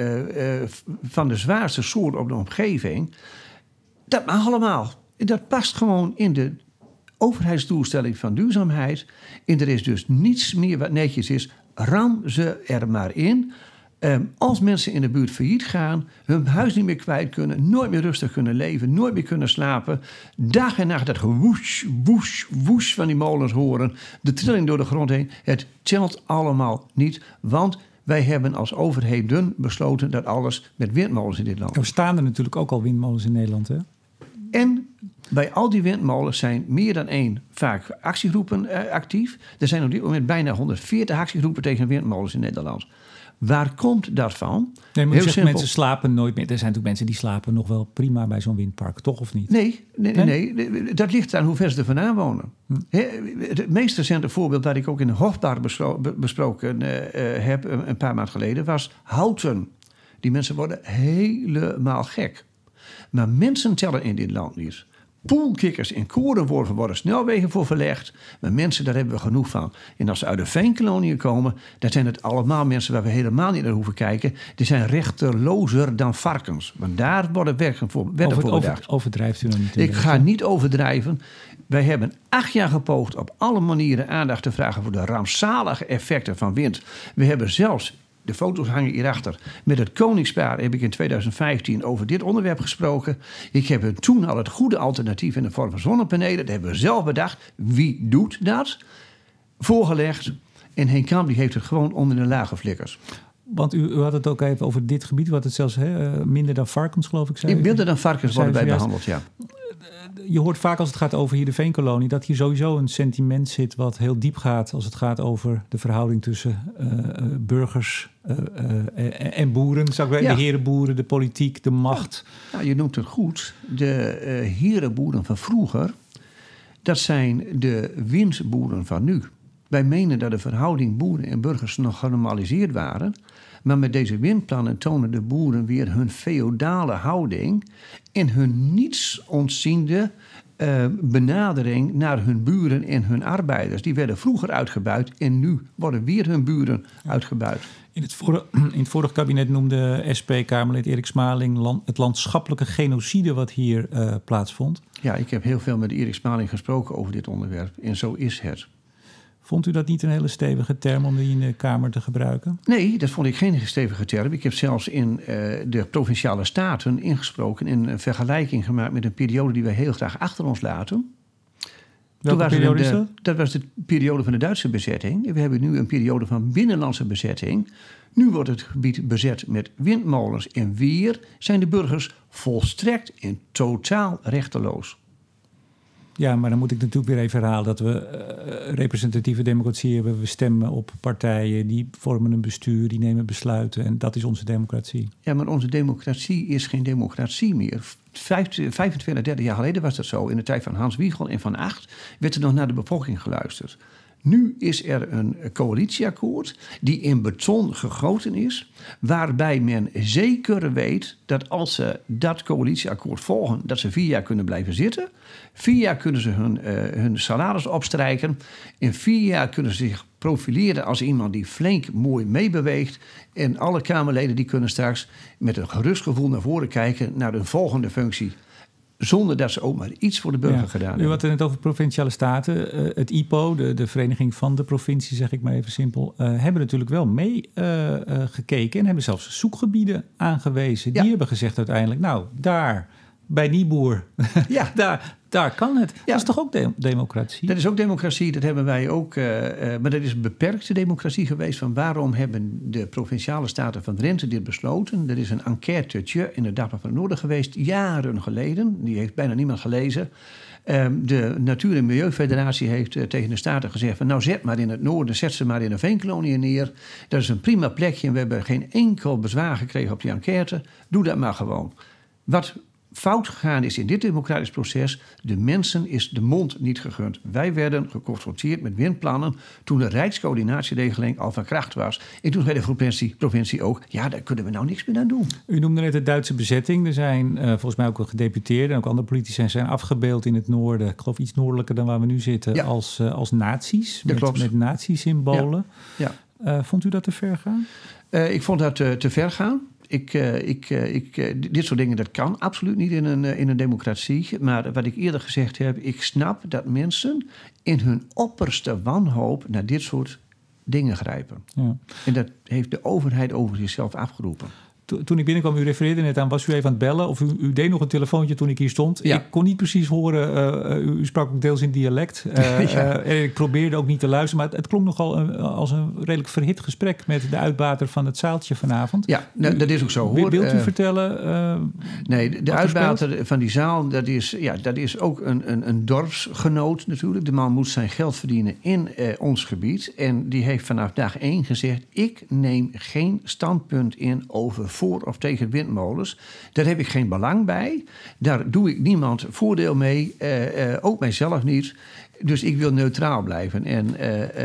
van de zwaarste soort op de omgeving, dat mag allemaal. Dat past gewoon in de overheidsdoelstelling van duurzaamheid. En er is dus niets meer wat netjes is. Ram ze er maar in. Als mensen in de buurt failliet gaan, hun huis niet meer kwijt kunnen, nooit meer rustig kunnen leven, nooit meer kunnen slapen, dag en nacht dat gewoesh, woesh, woesh van die molens horen, de trilling door de grond heen, het telt allemaal niet, want wij hebben als overheden besloten dat alles met windmolens in dit land. Er staan er natuurlijk ook al windmolens in Nederland, hè? En bij al die windmolens zijn meer dan één vaak actiegroepen actief. Er zijn op dit moment bijna 140 actiegroepen tegen windmolens in Nederland. Waar komt dat van? Nee, maar u zegt mensen slapen nooit meer. Er zijn natuurlijk mensen die slapen nog wel prima bij zo'n windpark, toch of niet? Nee, dat ligt aan hoe ver ze er vandaan wonen. Het meest recente voorbeeld dat ik ook in de Hofbar besproken heb een paar maanden geleden was Houten. Die mensen worden helemaal gek. Maar mensen tellen in dit land niet. Poelkikkers in Korenworven worden snelwegen voor verlegd. Maar mensen, daar hebben we genoeg van. En als ze uit de veenkoloniën komen, dan zijn het allemaal mensen waar we helemaal niet naar hoeven kijken. Die zijn rechterlozer dan varkens. Want daar worden wetten voor bedacht. Overdrijft u nog niet? Ik ga niet overdrijven. Wij hebben 8 jaar gepoogd op alle manieren aandacht te vragen voor de rampzalige effecten van wind. We hebben zelfs, de foto's hangen hierachter, met het Koningspaar heb ik in 2015 over dit onderwerp gesproken. Ik heb hun toen al het goede alternatief in de vorm van zonnepanelen, dat hebben we zelf bedacht. Wie doet dat? Voorgelegd. En Henk Kamp die heeft het gewoon onder de lage flikkers. Want u had het ook even over dit gebied, wat het zelfs minder dan varkens, geloof ik, zei. Minder dan varkens worden wij behandeld, ja. Je hoort vaak als het gaat over hier de veenkolonie, dat hier sowieso een sentiment zit wat heel diep gaat als het gaat over de verhouding tussen burgers en boeren. Zou ik de herenboeren, de politiek, de macht. Ja. Nou, je noemt het goed. De herenboeren van vroeger, dat zijn de winstboeren van nu. Wij menen dat de verhouding boeren en burgers nog genormaliseerd waren. Maar met deze windplannen tonen de boeren weer hun feodale houding en hun niets ontziende benadering naar hun buren en hun arbeiders. Die werden vroeger uitgebuit en nu worden weer hun buren uitgebuit. In het vorige kabinet noemde SP-Kamerlid Erik Smaling het landschappelijke genocide wat hier plaatsvond. Ja, ik heb heel veel met Erik Smaling gesproken over dit onderwerp en zo is het. Vond u dat niet een hele stevige term om die in de Kamer te gebruiken? Nee, dat vond ik geen stevige term. Ik heb zelfs in de Provinciale Staten ingesproken en een vergelijking gemaakt met een periode die wij heel graag achter ons laten. Welke periode is dat? Dat was de periode van de Duitse bezetting. We hebben nu een periode van binnenlandse bezetting. Nu wordt het gebied bezet met windmolens en weer zijn de burgers volstrekt en totaal rechteloos. Ja, maar dan moet ik natuurlijk weer even herhalen dat we representatieve democratie hebben. We stemmen op partijen, die vormen een bestuur, die nemen besluiten. En dat is onze democratie. Ja, maar onze democratie is geen democratie meer. 25, 30 jaar geleden was dat zo. In de tijd van Hans Wiegel en Van Agt werd er nog naar de bevolking geluisterd. Nu is er een coalitieakkoord die in beton gegoten is, waarbij men zeker weet dat als ze dat coalitieakkoord volgen, dat ze 4 jaar kunnen blijven zitten. 4 jaar kunnen ze hun salaris opstrijken. In 4 jaar kunnen ze zich profileren als iemand die flink mooi meebeweegt. En alle Kamerleden die kunnen straks met een gerust gevoel naar voren kijken naar hun volgende functie. Zonder dat ze ook maar iets voor de burger gedaan hebben. U had het net over provinciale staten. Het IPO, de Vereniging van de Provincie, zeg ik maar even simpel, hebben natuurlijk wel meegekeken en hebben zelfs zoekgebieden aangewezen. Die hebben gezegd uiteindelijk, nou, daar bij Nieboer, Daar kan het. Dat is toch ook democratie? Dat is ook democratie, dat hebben wij ook. Maar dat is een beperkte democratie geweest. Van waarom hebben de Provinciale Staten van Drenthe dit besloten? Er is een enquêtetje in het Dagblad van het Noorden geweest, jaren geleden. Die heeft bijna niemand gelezen. De Natuur- en Milieufederatie heeft tegen de Staten gezegd van nou zet maar in het noorden, zet ze maar in een veenkolonie neer. Dat is een prima plekje en we hebben geen enkel bezwaar gekregen op die enquête. Doe dat maar gewoon. Wat fout gegaan is in dit democratisch proces, de mensen is de mond niet gegund. Wij werden geconfronteerd met windplannen toen de Rijkscoördinatieregeling al van kracht was. En toen zei de provincie ook, ja, daar kunnen we nou niks meer aan doen. U noemde net de Duitse bezetting. Er zijn volgens mij ook wel gedeputeerden en ook andere politici zijn afgebeeld in het noorden. Ik geloof iets noordelijker dan waar we nu zitten, als nazi's. Met nazi-symbolen. Ja. Vond u dat te ver gaan? Ik vond dat te ver gaan. Dit soort dingen, dat kan absoluut niet in een democratie. Maar wat ik eerder gezegd heb, ik snap dat mensen in hun opperste wanhoop naar dit soort dingen grijpen. Ja. En dat heeft de overheid over zichzelf afgeroepen. Toen ik binnenkwam, u refereerde net aan, was u even aan het bellen? Of u deed nog een telefoontje toen ik hier stond? Ja. Ik kon niet precies horen, u sprak ook deels in dialect. Ik probeerde ook niet te luisteren, maar het klonk nogal als een redelijk verhit gesprek met de uitbater van het zaaltje vanavond. Ja, dat is ook zo, hoor. Wilt u vertellen? Nee, de uitbater van die zaal, dat is ook een dorpsgenoot natuurlijk. De man moet zijn geld verdienen in ons gebied. En die heeft vanaf dag 1 gezegd, ik neem geen standpunt in over voor of tegen windmolens. Daar heb ik geen belang bij. Daar doe ik niemand voordeel mee. Ook mijzelf niet. Dus ik wil neutraal blijven. En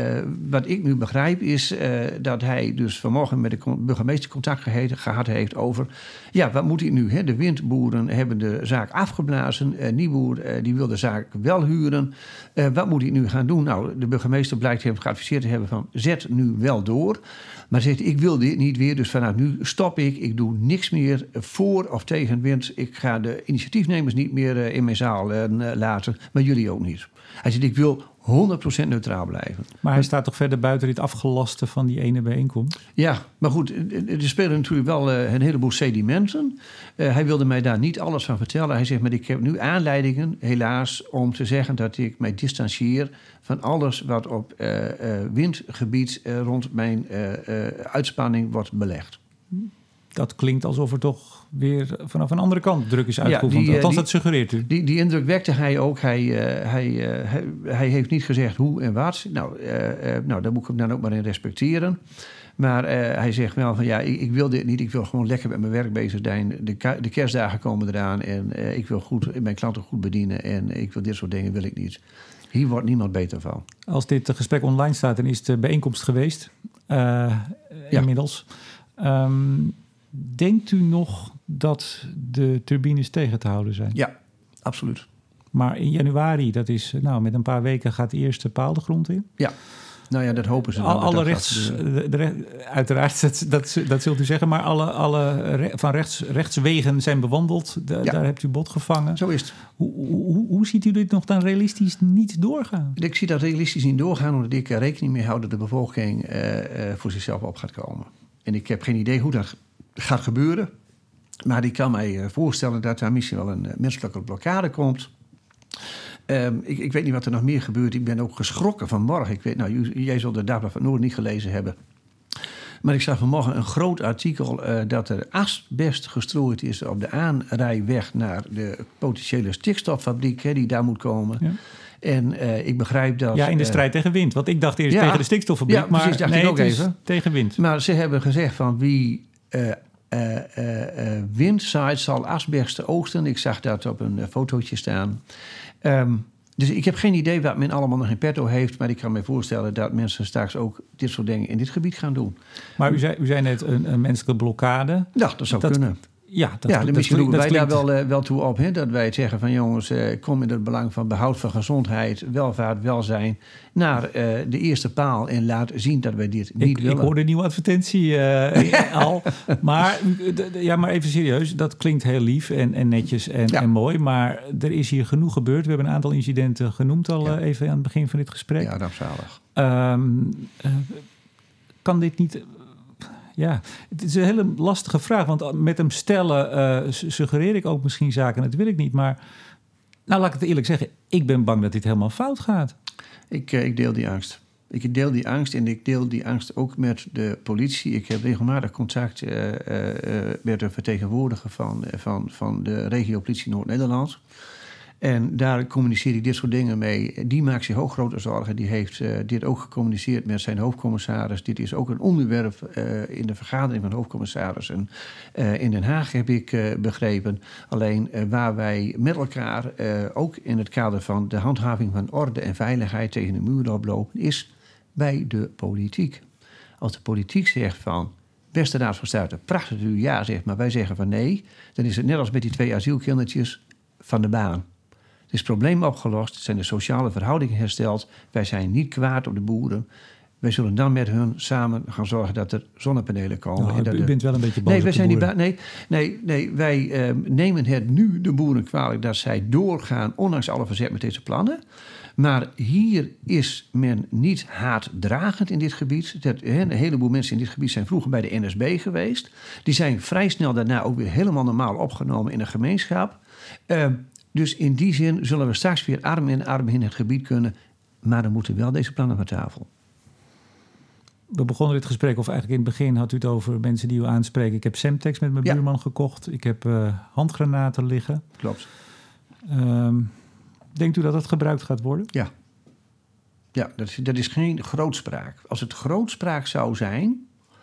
wat ik nu begrijp is dat hij dus vanmorgen met de burgemeester contact gehad heeft over, ja, wat moet ik nu? Hè? De windboeren hebben de zaak afgeblazen. Nieuwboer die wil de zaak wel huren. Wat moet ik nu gaan doen? Nou, de burgemeester blijkt hem geadviseerd te hebben van, zet nu wel door. Maar zegt, ik wil dit niet weer, dus vanaf nu stop ik. Ik doe niks meer voor of tegen wind. Ik ga de initiatiefnemers niet meer in mijn zaal laten, maar jullie ook niet. Hij zegt, ik wil 100% neutraal blijven. Maar hij staat toch verder buiten dit afgelaste van die ene bijeenkomst? Ja, maar goed, er spelen natuurlijk wel een heleboel sedimenten. Hij wilde mij daar niet alles van vertellen. Hij zegt, maar ik heb nu aanleidingen, helaas, om te zeggen dat ik mij distantieer van alles wat op windgebied rond mijn uitspanning wordt belegd. Dat klinkt alsof er toch weer vanaf een andere kant druk is uitgeoefend. Althans, dat suggereert u. Die indruk wekte hij ook. Hij heeft niet gezegd hoe en wat. Nou, daar moet ik hem dan ook maar in respecteren. Maar hij zegt wel van, ja, ik wil dit niet. Ik wil gewoon lekker met mijn werk bezig zijn. De kerstdagen komen eraan en ik wil mijn klanten goed bedienen. En ik wil dit soort dingen wil ik niet. Hier wordt niemand beter van. Als dit gesprek online staat, dan is de bijeenkomst geweest. Inmiddels. Denkt u nog dat de turbines tegen te houden zijn? Ja, absoluut. Maar in januari, dat is met een paar weken, gaat de eerste paal de grond in? Ja. Nou ja, dat hopen ze. Uiteraard, dat zult u zeggen. Maar alle rechtswegen zijn bewandeld. Daar hebt u bot gevangen. Zo is het. Hoe ziet u dit nog dan realistisch niet doorgaan? Ik zie dat realistisch niet doorgaan, omdat ik rekening mee hou dat de bevolking voor zichzelf op gaat komen. En ik heb geen idee hoe dat gaat gebeuren. Maar ik kan mij voorstellen dat daar misschien wel een menselijke blokkade komt. Ik weet niet wat er nog meer gebeurt. Ik ben ook geschrokken vanmorgen. Jij zult de Dagblad van het Noorden niet gelezen hebben. Maar ik zag vanmorgen een groot artikel dat er asbest gestrooid is op de aanrijweg naar de potentiële stikstoffabriek die daar moet komen. Ja. En ik begrijp dat... Ja, in de strijd tegen wind. Want ik dacht eerst tegen de stikstoffabriek. Ja, precies, dacht ik ook even. Tegen wind. Maar ze hebben gezegd van wie windzaait zal asbest oogsten. Ik zag dat op een fotootje staan. Dus ik heb geen idee wat men allemaal nog in petto heeft. Maar ik kan me voorstellen dat mensen straks ook dit soort dingen in dit gebied gaan doen. Maar u zei net een menselijke blokkade. Ja, dat zou kunnen. Ja, misschien doen wij daar wel toe op. Hè, dat wij zeggen van jongens, kom in het belang van behoud van gezondheid, welvaart, welzijn naar de eerste paal en laat zien dat wij dit niet willen. Ik hoorde een nieuwe advertentie al. Maar even serieus, dat klinkt heel lief en netjes en mooi. Maar er is hier genoeg gebeurd. We hebben een aantal incidenten genoemd al even aan het begin van dit gesprek. Ja, rampzalig. Kan dit niet... Ja, het is een hele lastige vraag. Want met hem stellen suggereer ik ook misschien zaken. Dat wil ik niet. Maar Nou, laat ik het eerlijk zeggen. Ik ben bang dat dit helemaal fout gaat. Ik deel die angst. Ik deel die angst en ik deel die angst ook met de politie. Ik heb regelmatig contact met een vertegenwoordiger van de regio politie Noord-Nederland. En daar communiceer ik dit soort dingen mee. Die maakt zich ook grote zorgen. Die heeft dit ook gecommuniceerd met zijn hoofdcommissaris. Dit is ook een onderwerp in de vergadering van hoofdcommissarissen in Den Haag, heb ik begrepen. Alleen waar wij met elkaar, ook in het kader van de handhaving van orde en veiligheid tegen de muur oplopen, is bij de politiek. Als de politiek zegt van, beste Raad van State, prachtig dat u ja zegt, maar wij zeggen van nee, dan is het net als met die 2 asielkindertjes van de baan. Het is het probleem opgelost, zijn de sociale verhoudingen hersteld. Wij zijn niet kwaad op de boeren. Wij zullen dan met hun samen gaan zorgen dat er zonnepanelen komen. Nou, en dat u bent wel een beetje boos op de boeren. Nee, wij nemen het nu de boeren kwalijk dat zij doorgaan, ondanks alle verzet met deze plannen. Maar hier is men niet haatdragend in dit gebied. Een heleboel mensen in dit gebied zijn vroeger bij de NSB geweest. Die zijn vrij snel daarna ook weer helemaal normaal opgenomen in een gemeenschap. Dus in die zin zullen we straks weer arm in arm in het gebied kunnen. Maar dan moeten wel deze plannen van tafel. We begonnen dit gesprek, of eigenlijk in het begin had u het over mensen die u aanspreken. Ik heb Semtex met mijn buurman gekocht. Ik heb handgranaten liggen. Klopt. Denkt u dat het gebruikt gaat worden? Ja. Ja, dat is geen grootspraak. Als het grootspraak zou zijn,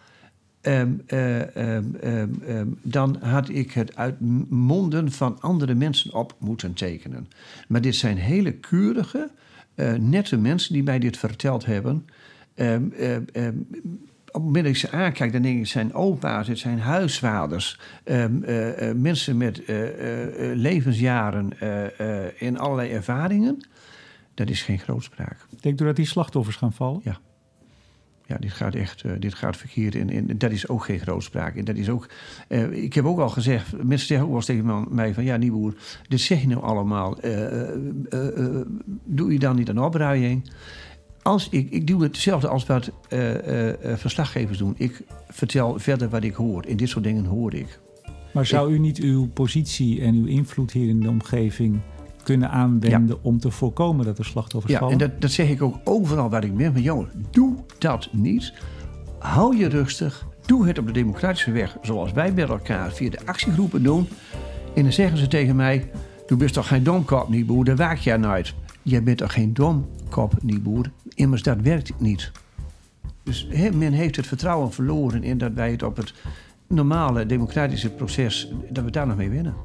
dan had ik het uit monden van andere mensen op moeten tekenen. Maar dit zijn hele keurige, nette mensen die mij dit verteld hebben. Op het moment dat ik ze aankijk, dan denk ik, het zijn opa's, het zijn huisvaders. Mensen met levensjaren en allerlei ervaringen. Dat is geen grootspraak. Denkt u dat die slachtoffers gaan vallen? Ja. Ja, dit gaat verkeerd en dat is ook geen grootspraak. En dat is ook, ik heb ook al gezegd, mensen zeggen ook wel eens tegen mij van, ja, Nieboer, dit zeg je nou allemaal. Doe je dan niet een opruiing? Ik doe hetzelfde als wat verslaggevers doen. Ik vertel verder wat ik hoor. En dit soort dingen hoor ik. Maar zou u niet uw positie en uw invloed hier in de omgeving kunnen aanwenden om te voorkomen dat er slachtoffers vallen? En dat zeg ik ook overal waar ik ben. Van, jongen, doe dat niet. Hou je rustig. Doe het op de democratische weg zoals wij met elkaar via de actiegroepen doen. En dan zeggen ze tegen mij, du bent toch geen domkop, Nieboer, daar waak jij nooit. Jij bent toch geen domkop, Nieboer. Immers, dat werkt niet. Dus men heeft het vertrouwen verloren in dat wij het op het normale democratische proces, dat we daar nog mee winnen.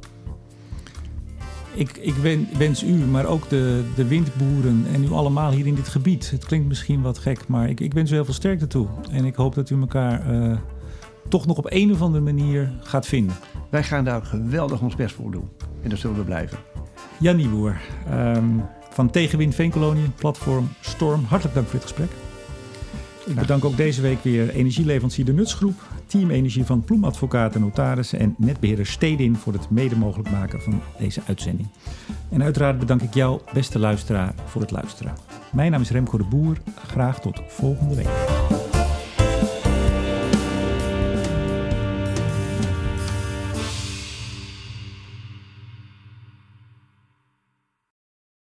Ik wens u, maar ook de windboeren en u allemaal hier in dit gebied. Het klinkt misschien wat gek, maar ik wens u heel veel sterkte toe. En ik hoop dat u elkaar toch nog op een of andere manier gaat vinden. Wij gaan daar geweldig ons best voor doen. En dat zullen we blijven. Jan Nieboer, van Tegenwind Veenkolonie, platform Storm. Hartelijk dank voor dit gesprek. Ik bedank ook deze week weer energieleverancier De Nutsgroep, Team Energie van Ploem Advocaten en Notarissen en netbeheerder Stedin voor het mede mogelijk maken van deze uitzending. En uiteraard bedank ik jou, beste luisteraar, voor het luisteren. Mijn naam is Remco de Boer. Graag tot volgende week.